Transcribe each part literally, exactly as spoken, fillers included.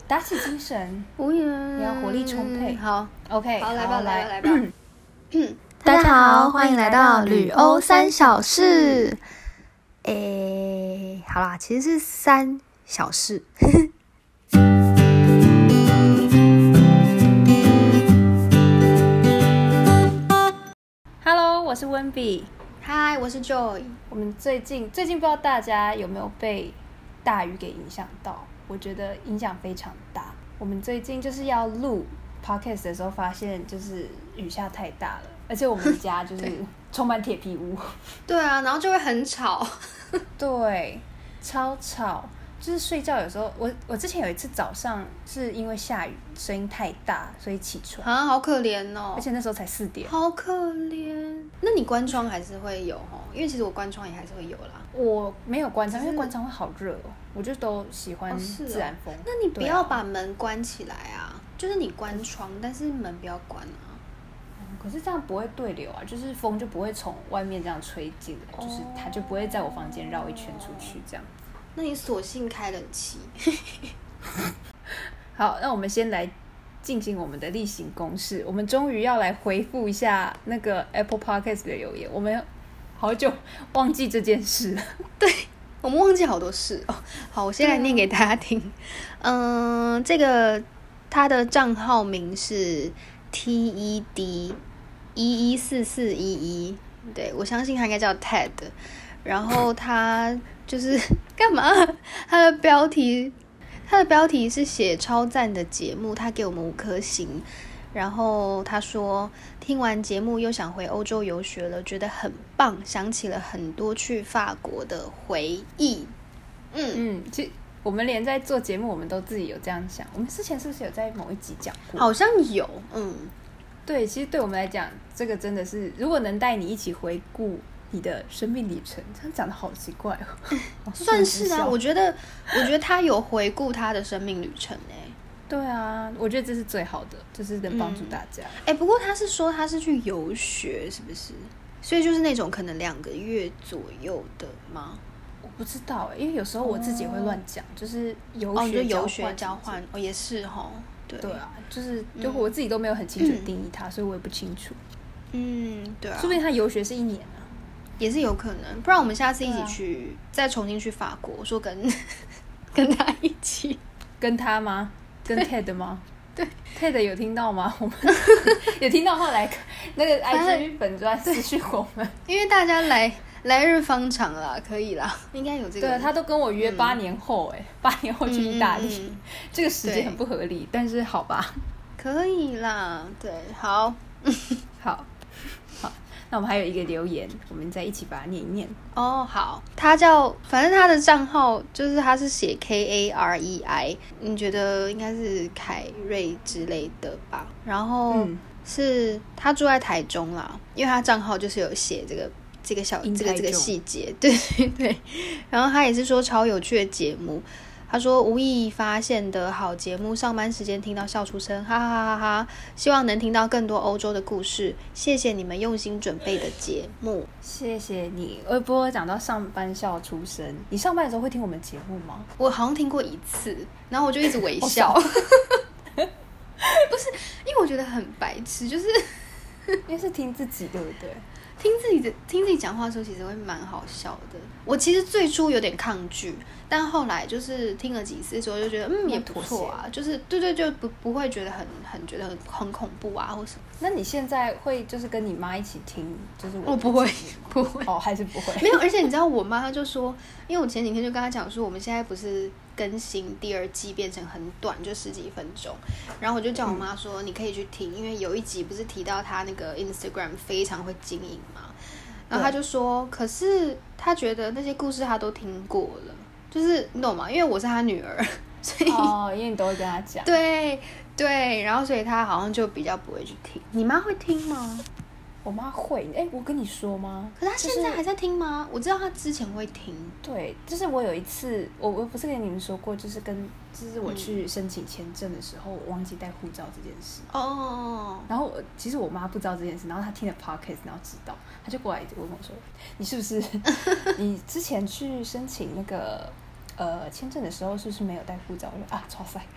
打起精神， 无言， 你要活力充沛。 好 ，OK， 好，来吧，来吧，来吧。 大家好，欢迎来到旅欧三小事。诶，好啦，其实是三小事。 Hello， 我是温比。 嗨，我是 Joy。 我们最近最近不知道大家有没有被大雨给影响到？我觉得影响非常大。我们最近就是要录 podcast 的时候，发现就是雨下太大了，而且我们家就是充满铁皮屋。 对啊，然后就会很吵。 对，超吵。就是睡觉有时候，我我之前有一次早上是因为下雨，声音太大，所以起床啊，好可怜哦。 而且那时候才四点， 好可怜。那你关窗还是会有哦？因为其实我关窗也还是会有啦。 我没有关窗，因为关窗会好热哦，我就都喜欢自然风。 哦哦、那你不要把门关起来啊，就是你关窗，但是门不要关啊。 可是这样不会对流啊，就是风就不会从外面这样吹进来，就是它就不会在我房间绕一圈出去这样。 那你索性开冷气。 好，那我们先来进行我们的例行公事。我们终于要来回复一下那个 Apple Podcast 的留言，我们好久忘记这件事了。 对，我们忘记好多事哦。好，我先来念给大家听。嗯、呃，这个他的账号名是 T E D 一一四四一一，对，我相信他应该叫 Ted。然后他就是干嘛？他的标题，他的标题是写超赞的节目，他给我们五颗星。然后他说听完节目又想回欧洲游学了，觉得很棒，想起了很多去法国的回忆。 嗯嗯，其实我们连在做节目，我们都自己有这样想。我们之前是不是有在某一集讲过？ 好像有，嗯， 对，其实对我们来讲，这个真的是，如果能带你一起回顾你的生命里程，这样讲的好奇怪哦。 算是啊，我觉得，我觉得他有回顾他的生命旅程诶、欸。 对啊，我觉得这是最好的，就是能帮助大家。 哎、嗯欸，不过他是说他是去游学，是不是？所以就是那种可能两个月左右的吗？ 我不知道哎、欸，因为有时候我自己会乱讲，哦、就是游学、 哦、就游学交换哦，也是哈。对对啊，就是就我自己都没有很清楚定义它，嗯、所以我也不清楚。 嗯，对啊。 说不定他游学是一年啊， 也是有可能。不然我们下次一起去，啊、再重新去法国，说跟跟他一起， 跟他吗？跟 Ted 吗？ 对 ，Ted 有听到吗？我们有听到，后来那个 I G 粉专私讯我们， 因为大家来来日方长啦，可以啦，应该有这个。 对，他都跟我约八年后、欸，哎、嗯，八年后去意大利，嗯嗯、这个时间很不合理，但是好吧， 可以啦，对，好， 好。那我们还有一个留言，我们再一起把它念一念。 哦，好，他叫，反正他的账号就是他是写 K A R E I， 你觉得应该是凯瑞之类的吧？然后是他住在台中啦，因为他账号就是有写这个这个小这个这个细节，对对对。然后他也是说超有趣的节目。他说无意发现的好节目，上班时间听到笑出声，哈哈哈哈哈！希望能听到更多欧洲的故事，谢谢你们用心准备的节目， 谢谢你。呃，不过讲到上班笑出声，你上班的时候会听我们节目吗？ 我好像听过一次，然后我就一直微笑，不是因为我觉得很白痴，就是因为是听自己，对不对？ 听自己的听自己讲话的时候，其实会蛮好笑的。我其实最初有点抗拒，但后来就是听了几次之后，就觉得嗯也不错啊，就是对对，就不不会觉得很很觉得很很恐怖啊或什么。 那你现在会就是跟你妈一起听，就是我、哦、不会不会哦，还是不会没有。而且你知道我妈就说，因为我前几天就跟她讲说，我们现在不是更新第二季变成很短，就十几分钟，然后我就叫我妈说、嗯、你可以去听，因为有一集不是提到她那个 Instagram 非常会经营嘛，然后她就说，可是她觉得那些故事她都听过了，就是你懂吗？因为我是她女儿，所以哦，因为你都会跟她讲， 对对，然后所以她好像就比较不会去听。你妈会听吗？ 我妈会，哎，我跟你说吗？ 可是她现在还在听吗？就是、我知道她之前会听。 对，就是我有一次，我我不是跟你们说过，就是跟就是我去申请签证的时候，我忘记带护照这件事。哦。然后其实我妈不知道这件事，然后她听了 podcast， 然后知道，她就过来问我说：“你是不是你之前去申请那个呃签证的时候是不是没有带护照？我就啊，超塞。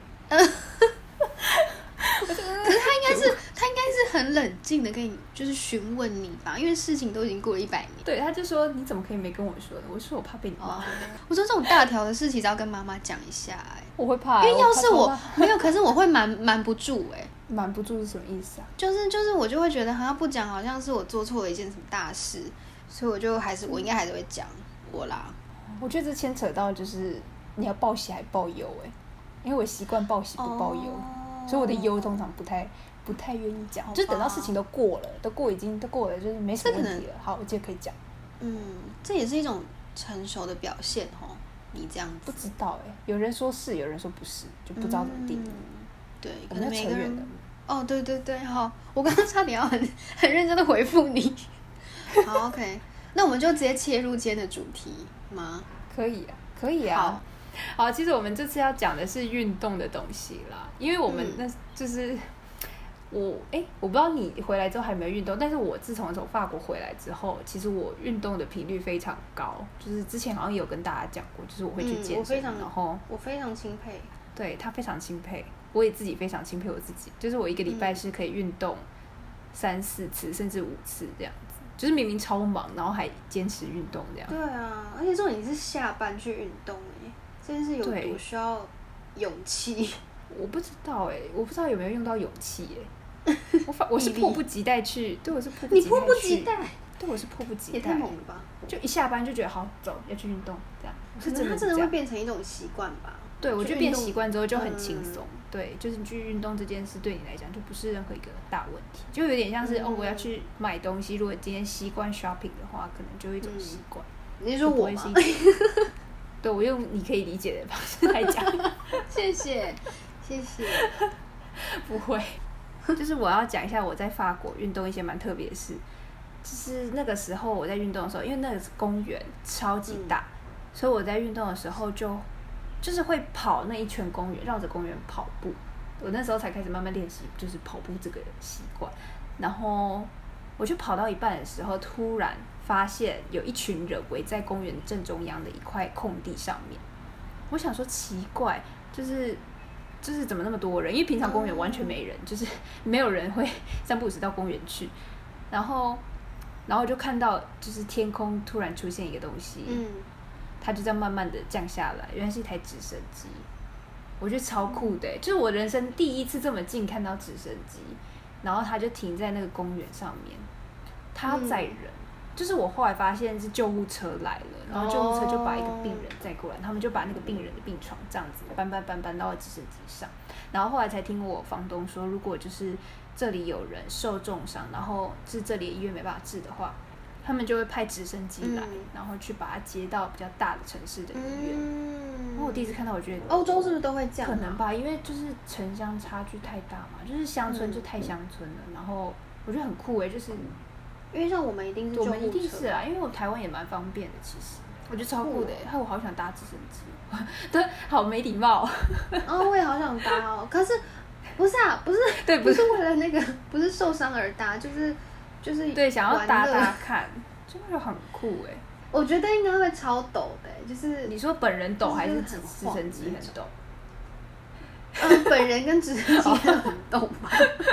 可是他应该是他应该是很冷静的跟你就是询问你吧，因为事情都已经过了一百年。 对，他就说你怎么可以没跟我说的？我说我怕被你骂。哦、 我说这种大条的事情只要跟妈妈讲一下、欸， 我会怕、欸， 因为要是我, 我没有，可是我会瞒瞒不住、欸，哎， 瞒不住是什么意思啊？ 就是就是我就会觉得好像不讲，好像是我做错了一件什么大事，所以我就还是我应该还是会讲我啦。 我觉得这牵扯到就是你要报喜还报忧哎、欸，因为我习惯报喜不报忧。哦，所以我的忧通常不太不太愿意讲，就是等到事情都过了，都过已经都过了，就是没什么问题了。好，我就可以讲。 嗯，这也是一种成熟的表现哦。你这样子不知道哎、欸，有人说是，有人说不是，就不知道怎么定义。 嗯、对， 可能每个人哦，对对对，好，我刚刚差点要很很认真的回复你。好 ，OK， 那我们就直接切入今天的主题吗？ 可以啊，可以啊。好好，其实我们这次要讲的是运动的东西啦，因为我们那就是、嗯、我哎、欸，我不知道你回来之后还有没有运动，但是我自从从法国回来之后，其实我运动的频率非常高，就是之前好像有跟大家讲过，就是我会去健身，嗯、 我非常然后我非常钦佩， 对他非常钦佩，我也自己非常钦佩我自己，就是我一个礼拜是可以运动三四次、嗯、甚至五次这样子，就是明明超忙，然后还坚持运动这样。 对啊，而且重点是下班去运动哎、欸。真是有多需要勇气？ 我不知道哎、欸，我不知道有没有用到勇气哎、欸。我反我是迫不及待去，对我是迫不及待去。 你迫不及待？ 对我是迫不及待。 也太猛了吧！ 就一下班就觉得好走，要去运动这样。 可能它真的会变成一种习惯吧？ 对，我觉得变习惯之后就很轻松。嗯、对，就是你去运动这件事对你来讲就不是任何一个大问题，就有点像是、嗯、哦，我要去买东西，如果今天习惯 shopping 的话，可能就有一种习惯。 嗯、你是说我吗？ 对，我用你可以理解的方式来讲。 谢谢，谢谢。 不会，就是我要讲一下我在法国运动一些蛮特别的事。就是那个时候我在运动的时候，因为那个公园超级大，嗯、所以我在运动的时候就就是会跑那一圈公园，绕着公园跑步。我那时候才开始慢慢练习，就是跑步这个习惯。然后我就跑到一半的时候，突然发现有一群人围在公园正中央的一块空地上面，我想说奇怪，就是就是怎么那么多人？因为平常公园完全没人，就是没有人会三不五时到公园去。然后，然后我就看到就是天空突然出现一个东西，嗯，它就这样慢慢的降下来，原来是一台直升机。我觉得超酷的、欸，就是我人生第一次这么近看到直升机，然后它就停在那个公园上面，它要载人。嗯，就是我后来发现是救护车来了，然后救护车就把一个病人载过来，他们就把那个病人的病床这样子搬搬搬搬到了直升机上，然后后来才听我房东说，如果就是这里有人受重伤，然后是这里的医院没办法治的话，他们就会派直升机来，嗯、然后去把它接到比较大的城市的医院。嗯、然后我第一次看到，我觉得欧洲是不是都会这样？ 可能吧，因为就是城乡差距太大嘛，就是乡村就太乡村了，嗯、然后我觉得很酷哎、欸，就是。 因为像我们一定是救护车， 我们一定是啊，因为我台湾也蛮方便的，其实我觉得超酷的，害我好想搭直升机，对，好没礼貌。 哦，我也好想搭哦，可是不是啊，不是， 对， 不是为了那个，不是受伤而搭，就是就是对，想要搭搭看，就会很酷哎。 我觉得应该会超陡的，就是你说本人陡还是直直升机很陡？ 嗯，本人跟直升机很陡吧。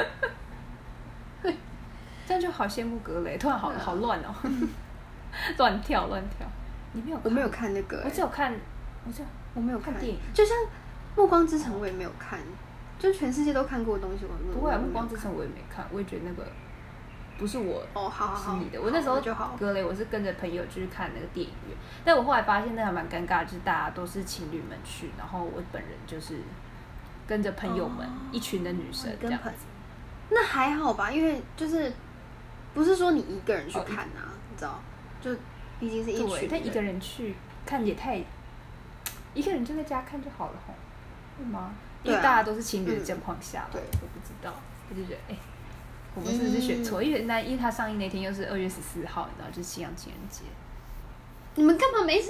这样就好羡慕格雷，突然好好乱哦，乱跳乱跳。你没有？ 我没有看那个、欸， 我只有看，我只有我没有看电影， 就像《暮光之城》我也没有看，就全世界都看过的东西，我不会啊，《暮光之城》我也没看，我也觉得那个不是我哦，好好是你的。我那时候格雷我是跟着朋友去看那个电影院，但我后来发现那还蛮尴尬，就是大家都是情侣们去，然后我本人就是跟着朋友们、哦、一群的女生这样子。 那还好吧，因为就是。不是说你一个人去看啊，哦、你知道，就毕竟是一群人。 对，但一个人去看也太，一个人就在家看就好了吼，会吗？因为大家都是情侣的状况下，对、嗯，我不知道，我就觉得哎、欸，我们是不是选错？嗯、因为那因为它上映那天又是二月十四号，你知道，就是西洋情人节。 你们干嘛没事？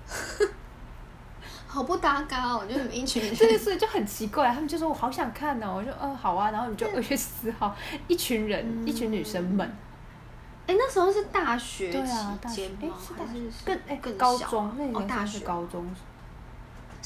好不搭嘎哦！就你们一群人， 对，所以就很奇怪。他们就说我好想看哦，我就嗯好啊，然后你就二月十四号，一群人，嗯、一群女生们。 哎，那时候是大学期对啊，大学哎是大学更哎高中那年算是高中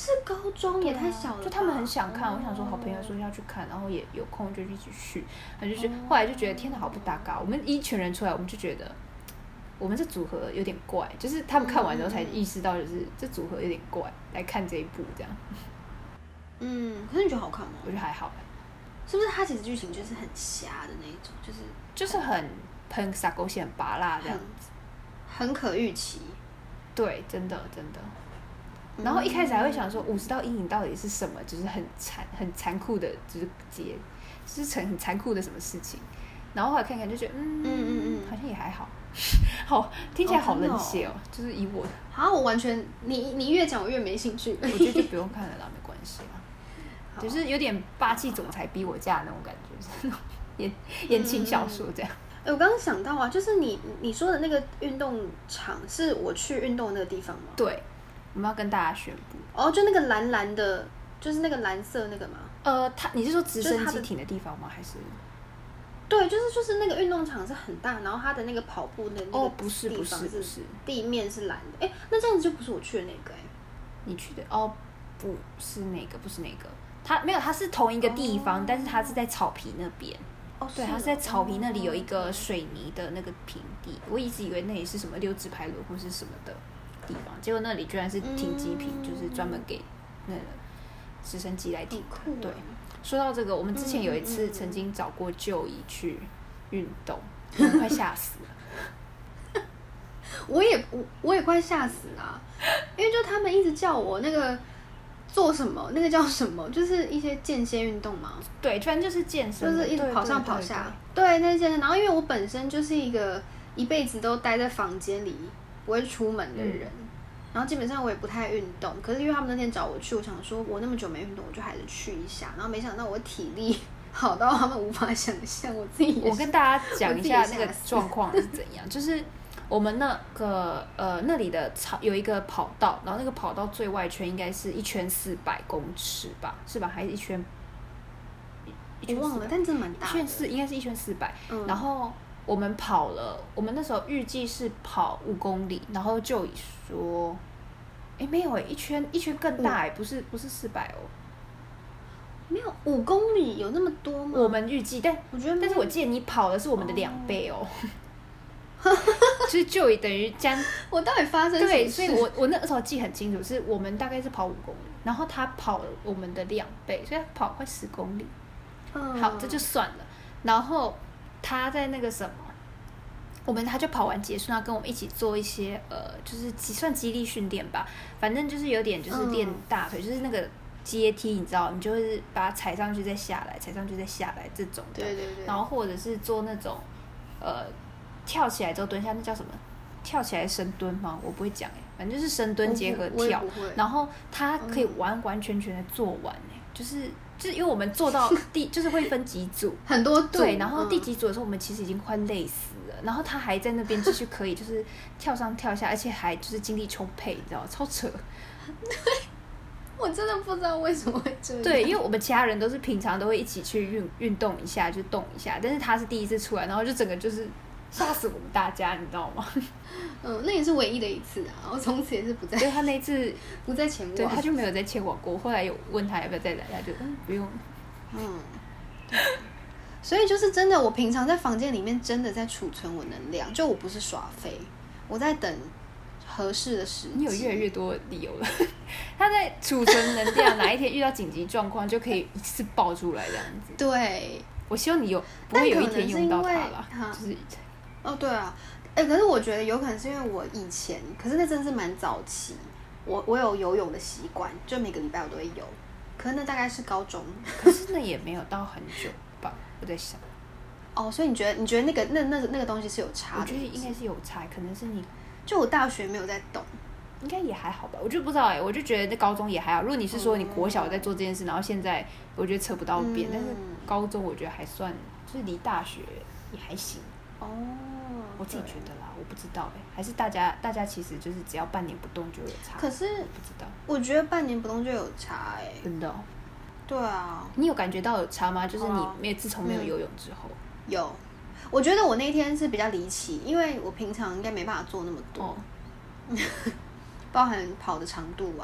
是高中也太小了吧， 就他们很想看， 哦、 我想说好朋友说要去看，然后也有空就一起去，他就觉得、哦、后来就觉得天哪好不搭嘎，我们一群人出来我们就觉得我们这组合有点怪，就是他们看完之后才意识到就是这组合有点怪，来看这一部这样。 嗯，可是你觉得好看吗？ 我觉得还好， 是不是它其实剧情就是很瞎的那一种，就是就是很很撒狗血很拔辣这样子， 很可预期。 对，真的真的。然后一开始还会想说五十道阴影到底是什么，就是很残很残酷的，就是结，就是很很残酷的什么事情。然后后来看看就觉得，嗯嗯嗯嗯，好像也还好，好听起来好冷血哦，哦就是以我， 好，我完全你你越讲我越没兴趣， 我觉得就不用看了啦，没关系啦，就是有点霸气总裁逼我嫁的那种感觉，就是言言情小说这样。 哎、欸，我刚刚想到啊，就是你你说的那个运动场是我去运动的那个地方吗？ 对。我们要跟大家宣布哦，就那个蓝蓝的，就是那个蓝色那个吗？ 呃，他你是说直升机停的地方吗？还是？ 对，就是就是那个运动场是很大，然后它的那个跑步的那个哦，不是不是不是， 地面是蓝的。哎，那这样子就不是我去的那个哎。 你去的哦，不是那个，不是那个，它没有，它是同一个地方，哦、但是它是在草皮那边。 哦， 对，它是在草皮那里有一个水泥的那个平地，我一直以为那里是什么溜直排轮或是什么的。地方，结果那里居然是停机坪，嗯、就是专门给那个直升机来停的。 啊、 对，说到这个，我们之前有一次曾经找过就医去运动，我们快吓死了。 我也我我也快吓死了，因为就他们一直叫我那个做什么，那个叫什么，就是一些间歇运动嘛。 对，居然就是健身， 就是一直跑上跑下。对，对，对，对，那健身。然后因为我本身就是一个一辈子都待在房间里。不会出门的人，嗯、然后基本上我也不太运动。可是因为他们那天找我去，我想说我那么久没运动，我就还是去一下。然后没想到我体力好到他们无法想象，我自己也。 我跟大家讲一下那个状况是怎样，就是我们那个呃那里的草有一个跑道，然后那个跑道最外圈应该是一圈四百公尺吧，是吧？还是一圈？ 一圈我忘了，但真的蛮大的。 一圈四应该是一圈四百，嗯、然后。我们跑了，我们那时候预计是跑五公里，然后就以说，哎没有哎，一圈一圈更大哎，不是不是四百哦， 没有五公里有那么多吗？ 我们预计，但我觉得， 但是我记得你跑的是我们的两倍哦，所以就等于将我到底发生什么事？ 对，所以我我那时候记很清楚，是我们大概是跑五公里，然后他跑了我们的两倍，所以他跑快十公里，嗯、好这就算了，然后。他在那个什么，我们他就跑完结束，他跟我们一起做一些呃，就是算肌力训练吧，反正就是有点就是练大腿，嗯、就是那个阶梯，你知道，你就会把它踩上去再下来，踩上去再下来这种的， 对对对。 然后或者是做那种呃跳起来之后蹲下，那叫什么？跳起来深蹲吗？我不会讲哎，反正就是深蹲结合跳，然后他可以完完全全的做完哎，嗯、就是。就是因为我们做到第，就是会分几组， 很多度， 对，然后第几组的时候，我们其实已经快累死了，嗯、然后他还在那边继续可以，就是跳上跳下，而且还就是精力充沛，你知道吗？超扯。 对，我真的不知道为什么会这样。 对，因为我们其他人都是平常都会一起去运运动一下，就动一下，但是他是第一次出来，然后就整个就是吓死我们大家，你知道吗？ 嗯，那也是唯一的一次啊，我从此也是不再。 对他那一次不再前往， 对他就没有再前往过。后来有问他要不要再来，他就嗯不用。 嗯，对。所以就是真的，我平常在房间里面真的在储存我能量，就我不是耍废，我在等合适的时机。 你有越来越多的理由了。他在储存能量，哪一天遇到紧急状况就可以一次爆出来这样子。 对， 我希望你有不会有一天用到它啦，就是。 哦，对啊。哎、欸，可是我觉得有可能是因为我以前，可是那真的是蛮早期，我我有游泳的习惯，就每个礼拜我都会游。可是那大概是高中， 可是那也没有到很久吧，我在想。 哦，所以你觉得你觉得那个那那那个东西是有差的？ 我觉得应该是有差，可能是你， 就我大学没有在动， 应该也还好吧。我就不知道哎、欸，我就觉得那高中也还好。如果你是说你国小在做这件事，嗯、然后现在我觉得扯不到边，嗯、但是高中我觉得还算，就是离大学也还行。 哦。 我自己觉得啦，我不知道哎、欸，还是大家大家其实就是只要半年不动就有差。 可是我不知道， 我觉得半年不动就有差哎、欸， 真的、哦。 对啊， 你有感觉到有差吗？就是你没有自从没有游泳之后、 嗯，有。我觉得我那天是比较离奇，因为我平常应该没办法做那么多，哦、包含跑的长度啊，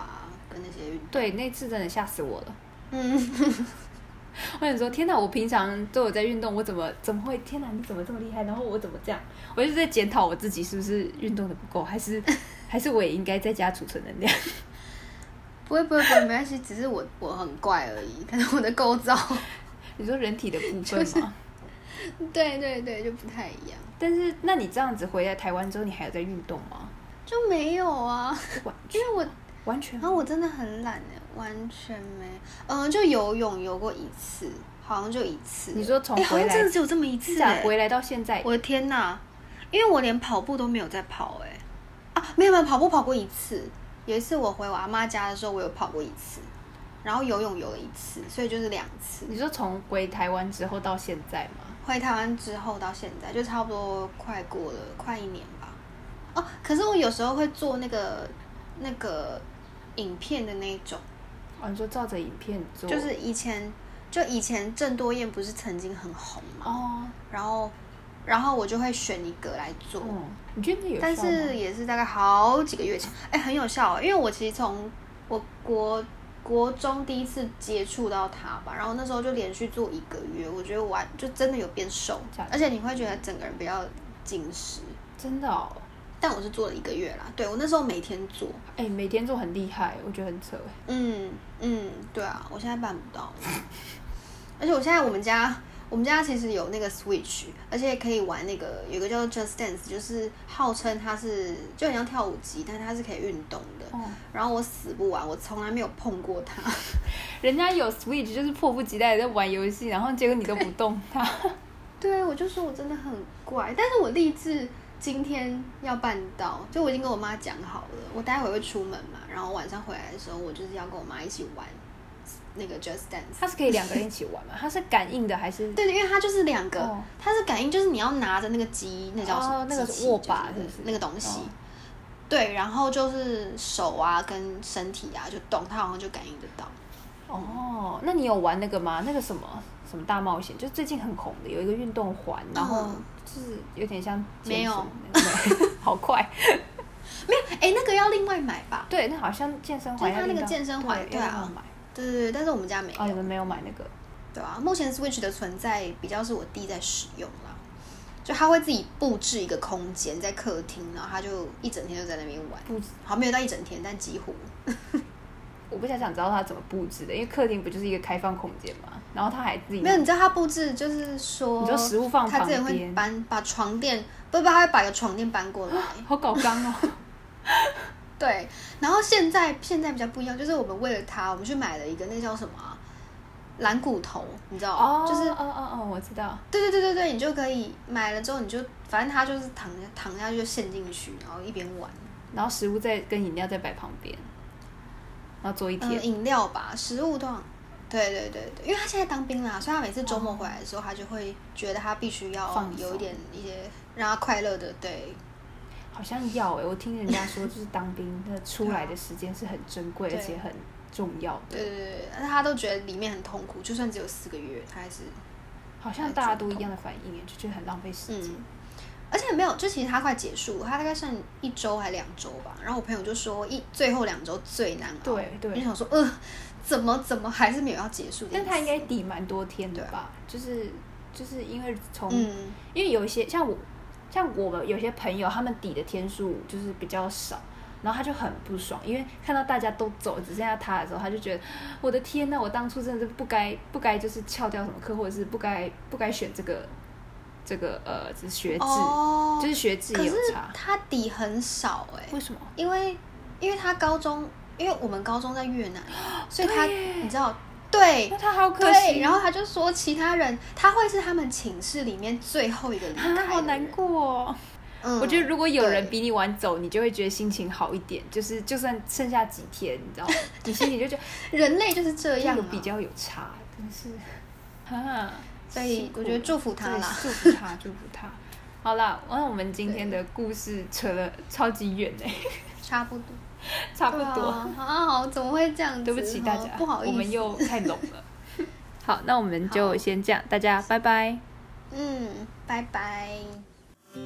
跟那些运动。 对，那次真的吓死我了。 嗯， 我想说，天哪！我平常都有在运动，我怎么怎么会？天哪，你怎么这么厉害？然后我怎么这样？我就在检讨我自己是不是运动的不够，还是还是我也应该在家储存能量？ 不会不会不会，没关系，只是我我很怪而已，可能我的构造。 你说人体的部分吗？ 就是、对对对，就不太一样。 但是，那你这样子回来台湾之后，你还有在运动吗？ 就没有啊，因为我完全， 然后我真的很懒哎，完全没，嗯，就游泳游过一次，好像就一次。 你说从回来， 好像真的只有这么一次哎， 回来到现在， 我的天哪！因为我连跑步都没有在跑哎，啊，没有没有跑步跑过一次，有一次我回我阿妈家的时候，我有跑过一次，然后游泳游了一次，所以就是两次。 你说从回台湾之后到现在吗？ 回台湾之后到现在，就差不多快过了快一年吧。哦，可是我有时候会做那个那个影片的那一种。 哦，你说照着影片做？ 就是以前就以前郑多燕不是曾经很红嘛？哦。然后然后我就会选一个来做。 嗯，你觉得有效吗？ 但是也是大概好几个月前，哎，很有效，因为我其实从我国。国中第一次接触到它吧，然后那时候就连续做一个月，我觉得完就真的有变瘦，而且你会觉得整个人比较紧实， 真的哦。 但我是做了一个月啦，对我那时候每天做， 哎、欸，每天做很厉害，我觉得很扯。 嗯嗯，对啊，我现在办不到，而且我现在我们家。我们家其实有那个 Switch， 而且可以玩那个，有个叫做 Just Dance， 就是号称它是就很像跳舞机，但它是可以运动的。哦、然后我死不玩，我从来没有碰过它。 人家有 Switch， 就是迫不及待的在玩游戏，然后结果你都不动它。 对，对我就说我真的很怪，但是我立志今天要办到，就我已经跟我妈讲好了，我待会会出门嘛，然后晚上回来的时候，我就是要跟我妈一起玩。那个 Just Dance， 它是可以两个人一起玩吗？它是感应的还是？ 对，因为它就是两个，哦、它是感应，就是你要拿着那个机，那叫什么？ 哦、那个握把是不是？ 那个东西。 哦、 对，然后就是手啊跟身体啊就动，它好像就感应得到。 哦，那你有玩那个吗？那个什么什么大冒险，就最近很红的，有一个运动环，然后就是有点像没有， 好快。 没有，哎、欸，那个要另外买吧？ 对，那好像健身环， 就它那个健身环，对啊。对对对，但是我们家没有。 哦，你们没有买那个？ 对啊，目前 Switch 的存在比较是我弟在使用啦，就他会自己布置一个空间在客厅，然后他就一整天就在那边玩。布置好没有到一整天，但几乎。 我不太想知道他怎么布置的，因为客厅不就是一个开放空间嘛，然后他还自己没有，你知道他布置就是说， 你说食物放旁边， 他之前会搬把床垫，不不，他会把一个床垫搬过来， 好搞刚哦。 对，然后现在现在比较不一样，就是我们为了他，我们去买了一个那个叫什么啊，蓝骨头，你知道吗？ 哦， 就是哦哦哦，我知道。 对对对对对，你就可以买了之后，你就反正他就是躺躺下去就陷进去，然后一边玩， 然后食物再跟饮料再摆旁边，然后做一天。 饮、嗯、料吧，食物都。对对对对，因为他现在当兵啦，所以他每次周末回来的时候，他就会觉得他必须要有一点一些让他快乐的，对。 好像要哎、欸，我听人家说，就是当兵那出来的时间是很珍贵，而且很重要的。 对对对，但是他都觉得里面很痛苦，就算只有四个月，他还是好像大家都一样的反应哎，就觉得很浪费时间、嗯。 而且没有，就其实他快结束，他大概剩一周还两周吧。然后我朋友就说，一最后两周最难熬。 对对。 就想说，呃，怎么怎么还是没有要结束？ 但他应该抵蛮多天的吧？就是就是因为从、 嗯， 因为有一些像我。像我们有些朋友，他们抵的天数就是比较少，然后他就很不爽，因为看到大家都走，只剩下他的时候，他就觉得我的天哪，我当初真的是不该不该就是翘掉什么课，或者是不该不该选这个这个呃就是学制，哦、就是学制也有差。 可是他抵很少哎、欸， 为什么？ 因为因为他高中，因为我们高中在越南，所以他你知道。对， 那他好可惜。 对，然后他就说，其他人他会是他们寝室里面最后一个离开的人， 啊，好难过、哦。嗯，我觉得如果有人比你晚走，你就会觉得心情好一点。就是就算剩下几天，你知道吗？你心里就觉得人类就是这样、啊， 有比较有差，真是啊。 所以我觉得祝福他啦， 祝福他，祝福他。好啦，那我们今天的故事扯了超级远哎、欸， 差不多。 差不多啊，好，怎么会这样子？ 对不起大家， 不好意思， 我们又太拢了。好，那我们就先这样，大家拜拜。 嗯，拜拜。谢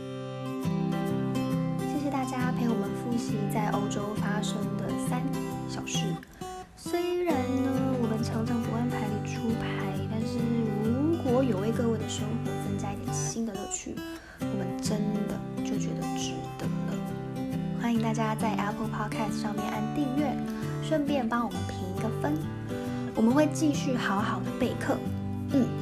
谢大家陪我们复习在欧洲发生的三小事。 虽然呢，我们常常不按牌理出牌，但是如果有为各位的生活增加一点新的乐趣，我们真的就觉得值得了。欢迎大家在 Apple Podcast 上面按订阅，顺便帮我们评一个分，我们会继续好好的备课。嗯。